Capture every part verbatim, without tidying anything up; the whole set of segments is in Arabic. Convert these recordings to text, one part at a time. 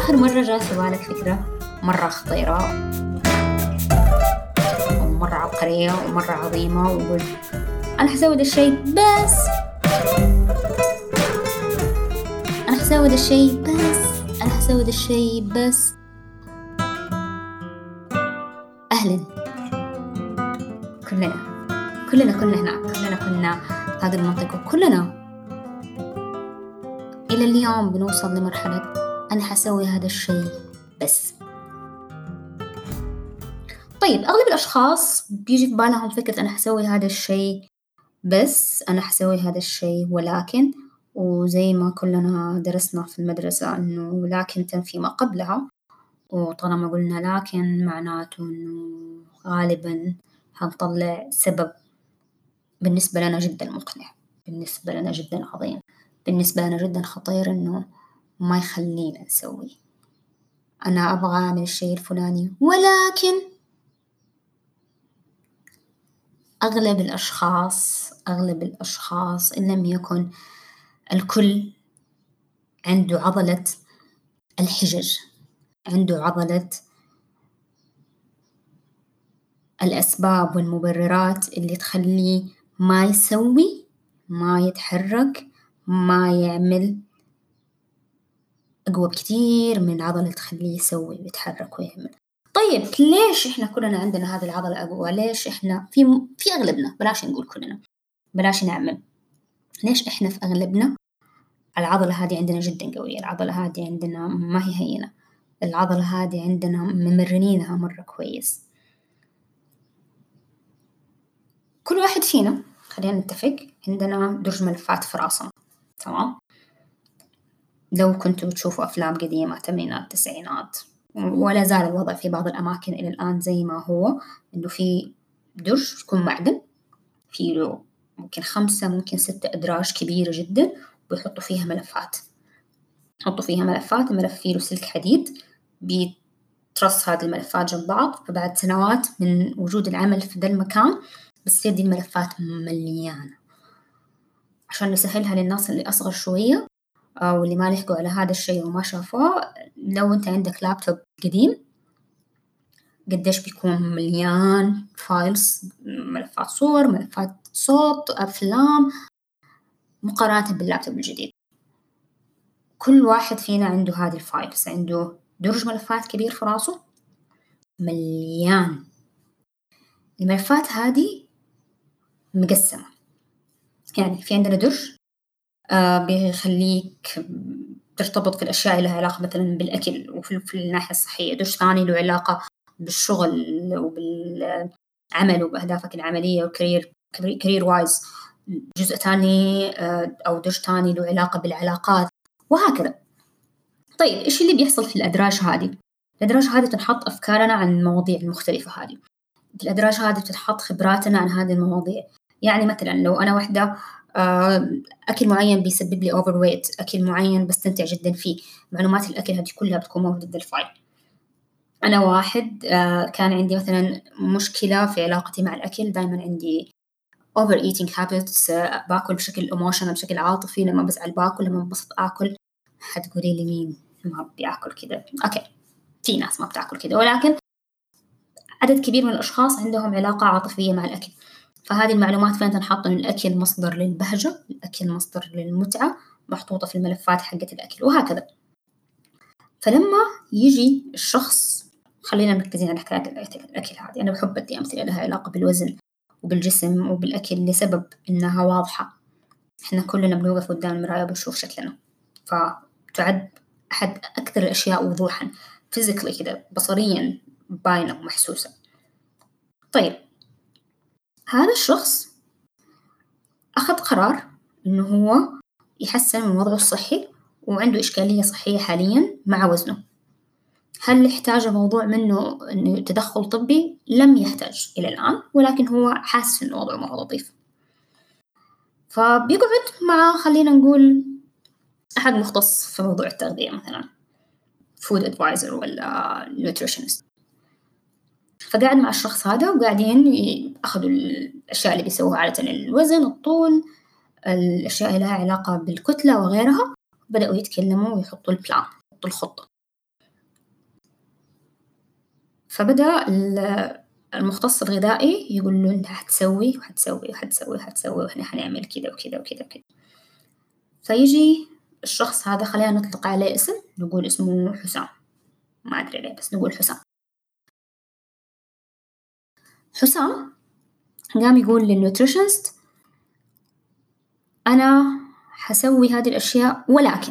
آخر مرة جات في بالك فكرة مرة خطيرة ومرة عبقرية ومرة عظيمة وقلت أنا حسوي ده الشيء بس أنا حسوي ده الشيء بس أنا حسوي ده الشيء بس أهلا، كلنا كلنا كنا هناك، كلنا كنا في هذه المنطقة، كلنا إلى اليوم بنوصل لمرحلة أنا حسوي هذا الشيء بس. طيب أغلب الأشخاص بيجي في بالهم فكرة أنا حسوي هذا الشيء بس، أنا حسوي هذا الشيء ولكن، وزي ما كلنا درسنا في المدرسة أنه لكن تنفي ما قبلها، وطالما قلنا لكن معناته أنه غالبا هنطلع سبب بالنسبة لنا جدا مقنع، بالنسبة لنا جدا عظيم، بالنسبة لنا جدا خطير أنه ما يخلينا نسوي. أنا أبغى أعمل الشيء الفلاني ولكن أغلب الأشخاص أغلب الأشخاص إن لم يكن الكل عنده عضلة الحجج، عنده عضلة الأسباب والمبررات اللي تخليه ما يسوي، ما يتحرك، ما يعمل، أقوى بكتير من عضلة تخليه يسوي ويتحرك ويعمل. طيب ليش إحنا كلنا عندنا هذه العضلة أقوى؟ ليش إحنا في في أغلبنا، بلاش نقول كلنا، بلاش نعمل، ليش إحنا في أغلبنا العضلة هذه عندنا جدا قوية، العضلة هذه عندنا ما هي هينة، العضلة هذه عندنا ممرنينها مرة كويس. كل واحد فينا خلينا نتفق عندنا درج ملفات في راسنا، تمام؟ لو كنتوا تشوفوا أفلام قديمة تمانينات تسعينات، ولا زال الوضع في بعض الأماكن إلى الآن زي ما هو، إنه في درج يكون معدن فيه له ممكن خمسة ممكن ستة أدراج كبيرة جدا، ويحطوا فيها ملفات، يحطوا فيها ملفات، الملف فيه له سلك حديد بيترص هذه الملفات جنب بعض، فبعد سنوات من وجود العمل في ذا المكان بتصير دي الملفات مليانة. عشان نسهلها للناس اللي أصغر شوية أو اللي ما لحقوا على هذا الشيء وما شافوه، لو أنت عندك لابتوب قديم قديش بيكون مليان فايلز، ملفات صور، ملفات صوت، أفلام، مقارنة باللابتوب الجديد. كل واحد فينا عنده هذه الفايلز، عنده درج ملفات كبير في راسه مليان. الملفات هذه مقسمة، يعني في عندنا درج آه بيخليك ترتبط في الأشياء اللي لها علاقة مثلا بالأكل وفي في الناحية الصحية، درج ثاني له علاقة بالشغل وبالعمل وبأهدافك العملية وكارير كارير وايز، جزء ثاني آه أو درج ثاني له علاقة بالعلاقات، وهكذا. طيب إيش اللي بيحصل في الأدراج هذه؟ الأدراج هذه تنحط أفكارنا عن المواضيع المختلفة هذه، في الأدراج هذه بتتحط خبراتنا عن هذه المواضيع. يعني مثلا لو أنا واحدة أكل معين بيسبب لي overweight، أكل معين بستمتع جدا فيه، معلومات الأكل هذه كلها بتكون موجودة في الفايل. أنا واحد كان عندي مثلا مشكلة في علاقتي مع الأكل، دائما عندي overeating habits، باكل بشكل emotional بشكل عاطفي، لما بزعل باكل، لما ببسط آكل. حتقولي لي مين ما بيأكل كده؟ أوكي، في ناس ما بتأكل كده، ولكن عدد كبير من الأشخاص عندهم علاقة عاطفية مع الأكل. فهذه المعلومات فين تنحط؟ إن الأكل مصدر للبهجة، الأكل مصدر للمتعة، محطوطة في الملفات حقة الأكل، وهكذا. فلما يجي الشخص، خلينا مركزين على حكاية الأكل هذه، أنا بحب أدي أمثلة لها علاقة بالوزن وبالجسم وبالأكل لسبب إنها واضحة. إحنا كلنا بنوقف قدام المراية وبنشوف شكلنا، فتعد أحد أكثر الأشياء وضوحا physically كده، بصريا باينة ومحسوسة. طيب هذا الشخص أخذ قرار إنه هو يحسن من وضعه الصحي وعنده إشكالية صحية حاليا مع وزنه. هل يحتاج الموضوع منه إنه تدخل طبي؟ لم يحتاج إلى الآن، ولكن هو حاسس إنه وضعه مرة لطيف، فبيقعد مع خلينا نقول أحد مختص في موضوع التغذية، مثلا food advisor ولا nutritionist. فقاعد مع الشخص هذا وقاعدين أخذوا الأشياء اللي بيسووها عادة، الوزن، الطول، الأشياء اللي لها علاقة بالكتلة وغيرها، بدأوا يتكلموا ويحطوا البلان، يحطوا الخطة. فبدأ المختص الغذائي يقول له أنت هتسوي وهتسوي وهتسوي وهتسوي وإحنا هنعمل كده وكده وكده وكده. فيجي الشخص هذا، خلينا نطلق عليه اسم، نقول اسمه حسام، ما أدري ليه بس نقول حسام. حسام قام يقول للنيوتريشنست أنا حسوي هذه الأشياء، ولكن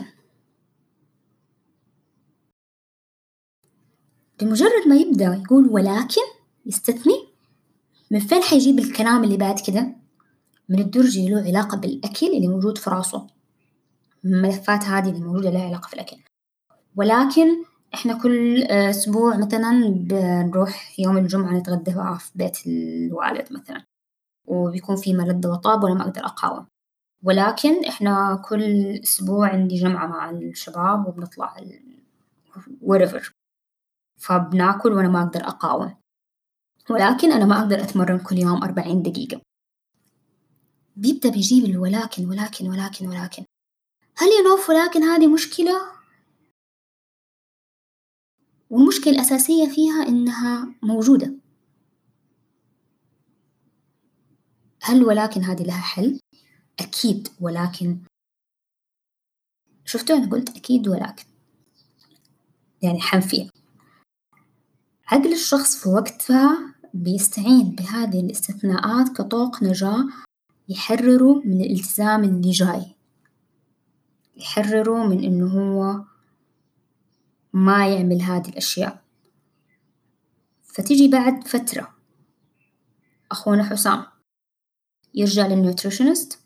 بمجرد ما يبدأ يقول ولكن يستثني، من فين حيجيب الكلام اللي بعد كده؟ من الدرج اللي له علاقة بالأكل اللي موجود في راسه، الملفات هذه اللي موجودة لها علاقة في الأكل. ولكن إحنا كل أسبوع مثلاً بنروح يوم الجمعة نتغدى في بيت الوالد مثلاً، وبيكون في ملذ وطاب وأنا ما أقدر أقاوم. ولكن إحنا كل أسبوع عندي جمعة مع الشباب وبنطلع wherever، فبناكل وأنا ما أقدر أقاوم. ولكن أنا ما أقدر أتمرن كل يوم أربعين دقيقة. بيبدأ بيجيب الولكن ولكن ولكن ولكن. هل يا نوف ولكن هذه مشكلة؟ والمشكلة الأساسية فيها إنها موجودة. هل ولكن هذه لها حل؟ أكيد، ولكن شفتوا أنا قلت أكيد ولكن يعني حنفية. عقل الشخص في وقتها بيستعين بهذه الاستثناءات كطوق نجاة يحرره من الالتزام اللي جاي، يحرره من إنه هو ما يعمل هذه الأشياء. فتيجي بعد فترة أخونا حسام يرجع للنيوتريشنست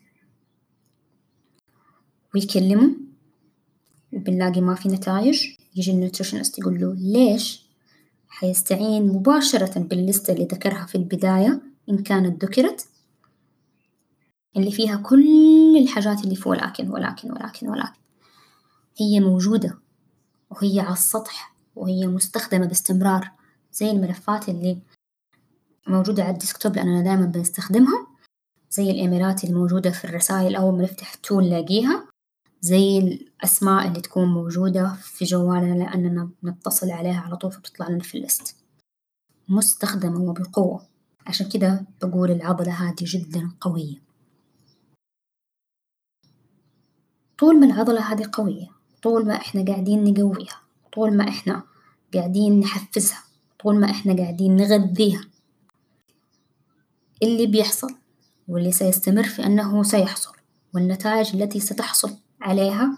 ويكلمه وبنلاقي ما في نتائج. يجي النيوتريشنست يقول له ليش؟ حيستعين مباشرة باللستة اللي ذكرها في البداية إن كانت ذكرت، اللي فيها كل الحاجات اللي في ولكن ولكن ولكن ولكن. هي موجودة وهي على السطح وهي مستخدمة باستمرار، زي الملفات اللي موجودة على الديسكتوب لأننا دائما بنستخدمها، زي الإيميلات اللي موجودة في الرسائل أول ما نفتح التول نلاقيها، زي الأسماء اللي تكون موجودة في جوالنا لأننا نتصل عليها على طول فبتطلع لنا في الليست، مستخدمة وبقوة. عشان كده بقول العضلة هذه جدا قوية. طول ما العضلة هذه قوية، طول ما إحنا قاعدين نقويها، طول ما إحنا قاعدين نحفزها، طول ما إحنا قاعدين نغذيها، اللي بيحصل واللي سيستمر في أنه سيحصل، والنتائج التي ستحصل عليها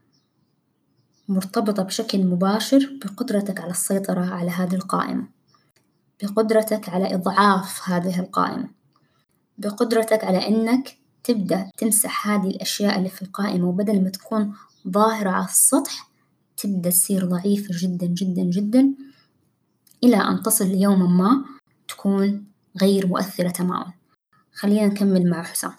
مرتبطة بشكل مباشر بقدرتك على السيطرة على هذه القائمة، بقدرتك على إضعاف هذه القائمة، بقدرتك على أنك تبدأ تمسح هذه الأشياء اللي في القائمة، وبدل ما تكون ظاهرة على السطح تبدأ تصير ضعيفة جدا جدا جدا إلى أن تصل ليوما ما تكون غير مؤثرة تماما. خلينا نكمل مع حسام.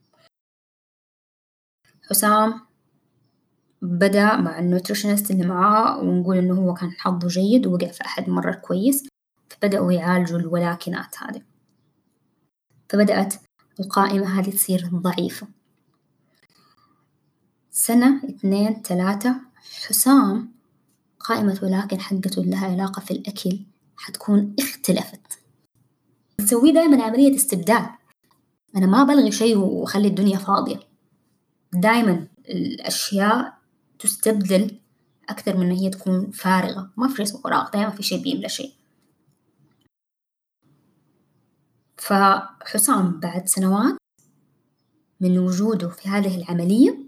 حسام بدأ مع النوتريشنست اللي معاه، ونقول إنه هو كان حظه جيد ووقع في أحد مرة كويس، فبدأوا يعالجوا الولكنات هذه، فبدأت القائمة هذه تصير ضعيفة. سنة اثنين ثلاثة حسام قائمة ولكن حقته لها علاقة في الأكل حتكون اختلفت. نسوي دائما عملية استبدال، أنا ما بلغي شيء وخلي الدنيا فاضية، دائما الأشياء تستبدل أكثر من أن هي تكون فارغة. ما في شيء اسمه فراغ، دائما في شيء بيملى شيء. فحسام بعد سنوات من وجوده في هذه العملية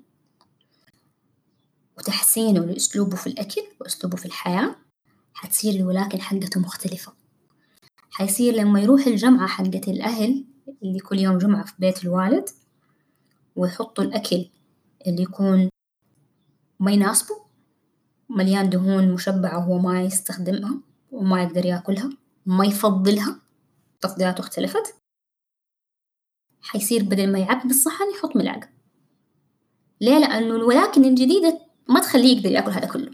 وتحسينه لأسلوبه في الأكل وأسلوبه في الحياة، حتصير الولكن حقته مختلفة. حيصير لما يروح الجمعة حقة الأهل اللي كل يوم جمعة في بيت الوالد ويحطوا الأكل اللي يكون ما يناسبه، مليان دهون مشبعة وهو ما يستخدمها وما يقدر يأكلها وما يفضلها، تفضيلاته اختلفت. حيصير بدل ما يعبي بالصحن يحط ملاعقة. ليه؟ لأنه الولكن الجديدة ما تخليه يقدر يأكل هذا كله.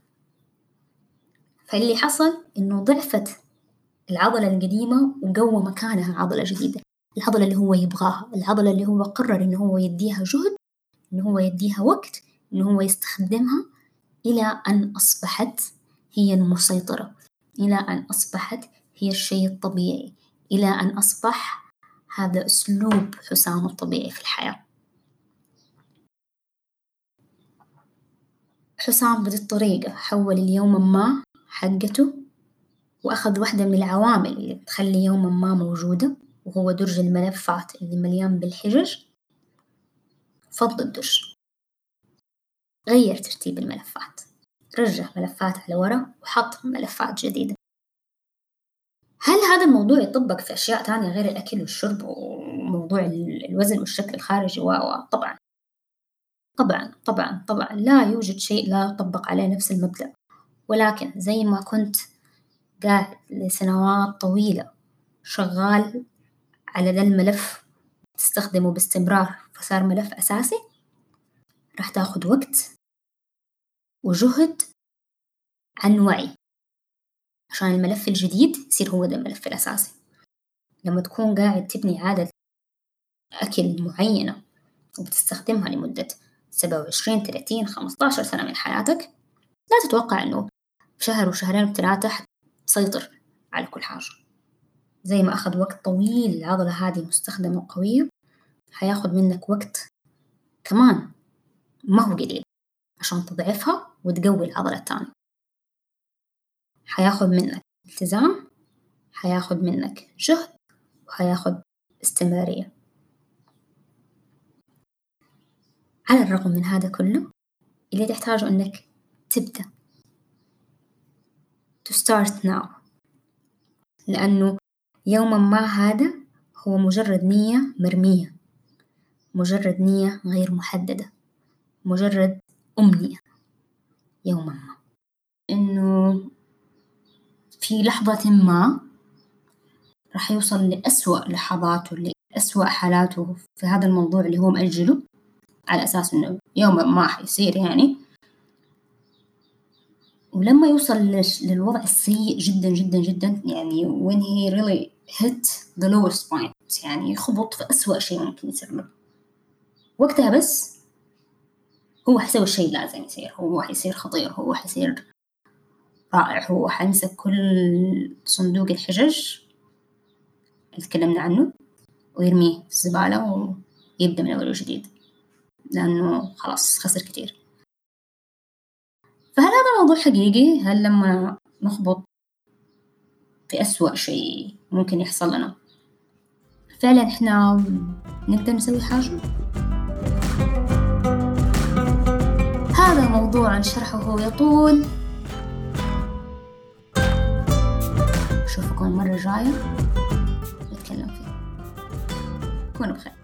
فاللي حصل إنه ضعفت العضلة القديمة وقوى مكانها عضلة جديدة، العضلة اللي هو يبغاها، العضلة اللي هو قرر إنه هو يديها جهد، إنه هو يديها وقت، إنه هو يستخدمها، إلى أن أصبحت هي المسيطرة، إلى أن أصبحت هي الشيء الطبيعي، إلى أن أصبح هذا أسلوب حسام الطبيعي في الحياة. حسام بهذه الطريقة حول اليوم ما حقته وأخذ واحدة من العوامل اللي تخلي يوما ما موجودة، وهو درج الملفات اللي مليان بالحجج. فض الدرج، غير ترتيب الملفات، رجع ملفات على ورا وحط ملفات جديدة. هل هذا الموضوع يطبق في أشياء تانية غير الأكل والشرب وموضوع الوزن والشكل الخارجي؟ وطبعا طبعا طبعا طبعا لا يوجد شيء لا يطبق عليه نفس المبدأ. ولكن زي ما كنت قاعد لسنوات طويلة شغال على ذا الملف تستخدمه باستمرار فصار ملف أساسي، راح تاخد وقت وجهد عن وعي عشان الملف الجديد يصير هو ده الملف الأساسي. لما تكون قاعد تبني عادة أكل معينة وبتستخدمها لمدة سبعة وعشرين ثلاثين خمسة عشر سنة من حياتك، لا تتوقع أنه شهر وشهرين وثلاثة تسيطر على كل حاجة. زي ما أخذ وقت طويل العضلة هذه مستخدمة وقوية، حياخد منك وقت كمان ما هو قليل عشان تضعفها وتقوي العضلة الثانية. حياخد منك التزام، حياخد منك جهد، وحياخد استمرارية. على الرغم من هذا كله اللي تحتاجه أنك تبدأ to start now، لأنه يوما ما هذا هو مجرد نية مرمية، مجرد نية غير محددة، مجرد أمنية يوما ما إنه في لحظة ما راح يوصل لأسوأ لحظاته لأسوأ حالاته في هذا الموضوع اللي هو مأجله على أساس إنه يوما ما حيصير يعني. ولما يوصل للوضع السيء جدا جدا جدا يعني when he really hit the lowest point، يعني يخبط في أسوأ شيء ممكن يصير له، وقتها بس هو حيسوي الشيء اللازم يصير، هو حيصير خطير، هو حيصير رائع، هو حيمسك كل صندوق الحجج اللي تكلمنا عنه ويرميه في الزبالة ويبدأ من أول وجديد، لأنه خلاص خسر كتير. فهل هذا موضوع حقيقي؟ هل لما نخبط في أسوأ شيء ممكن يحصل لنا فعلا إحنا نقدر نسوي حاجة؟ هذا موضوع شرحه يطول، أشوفكم المرة الجاية نتكلم فيه. كونوا بخير.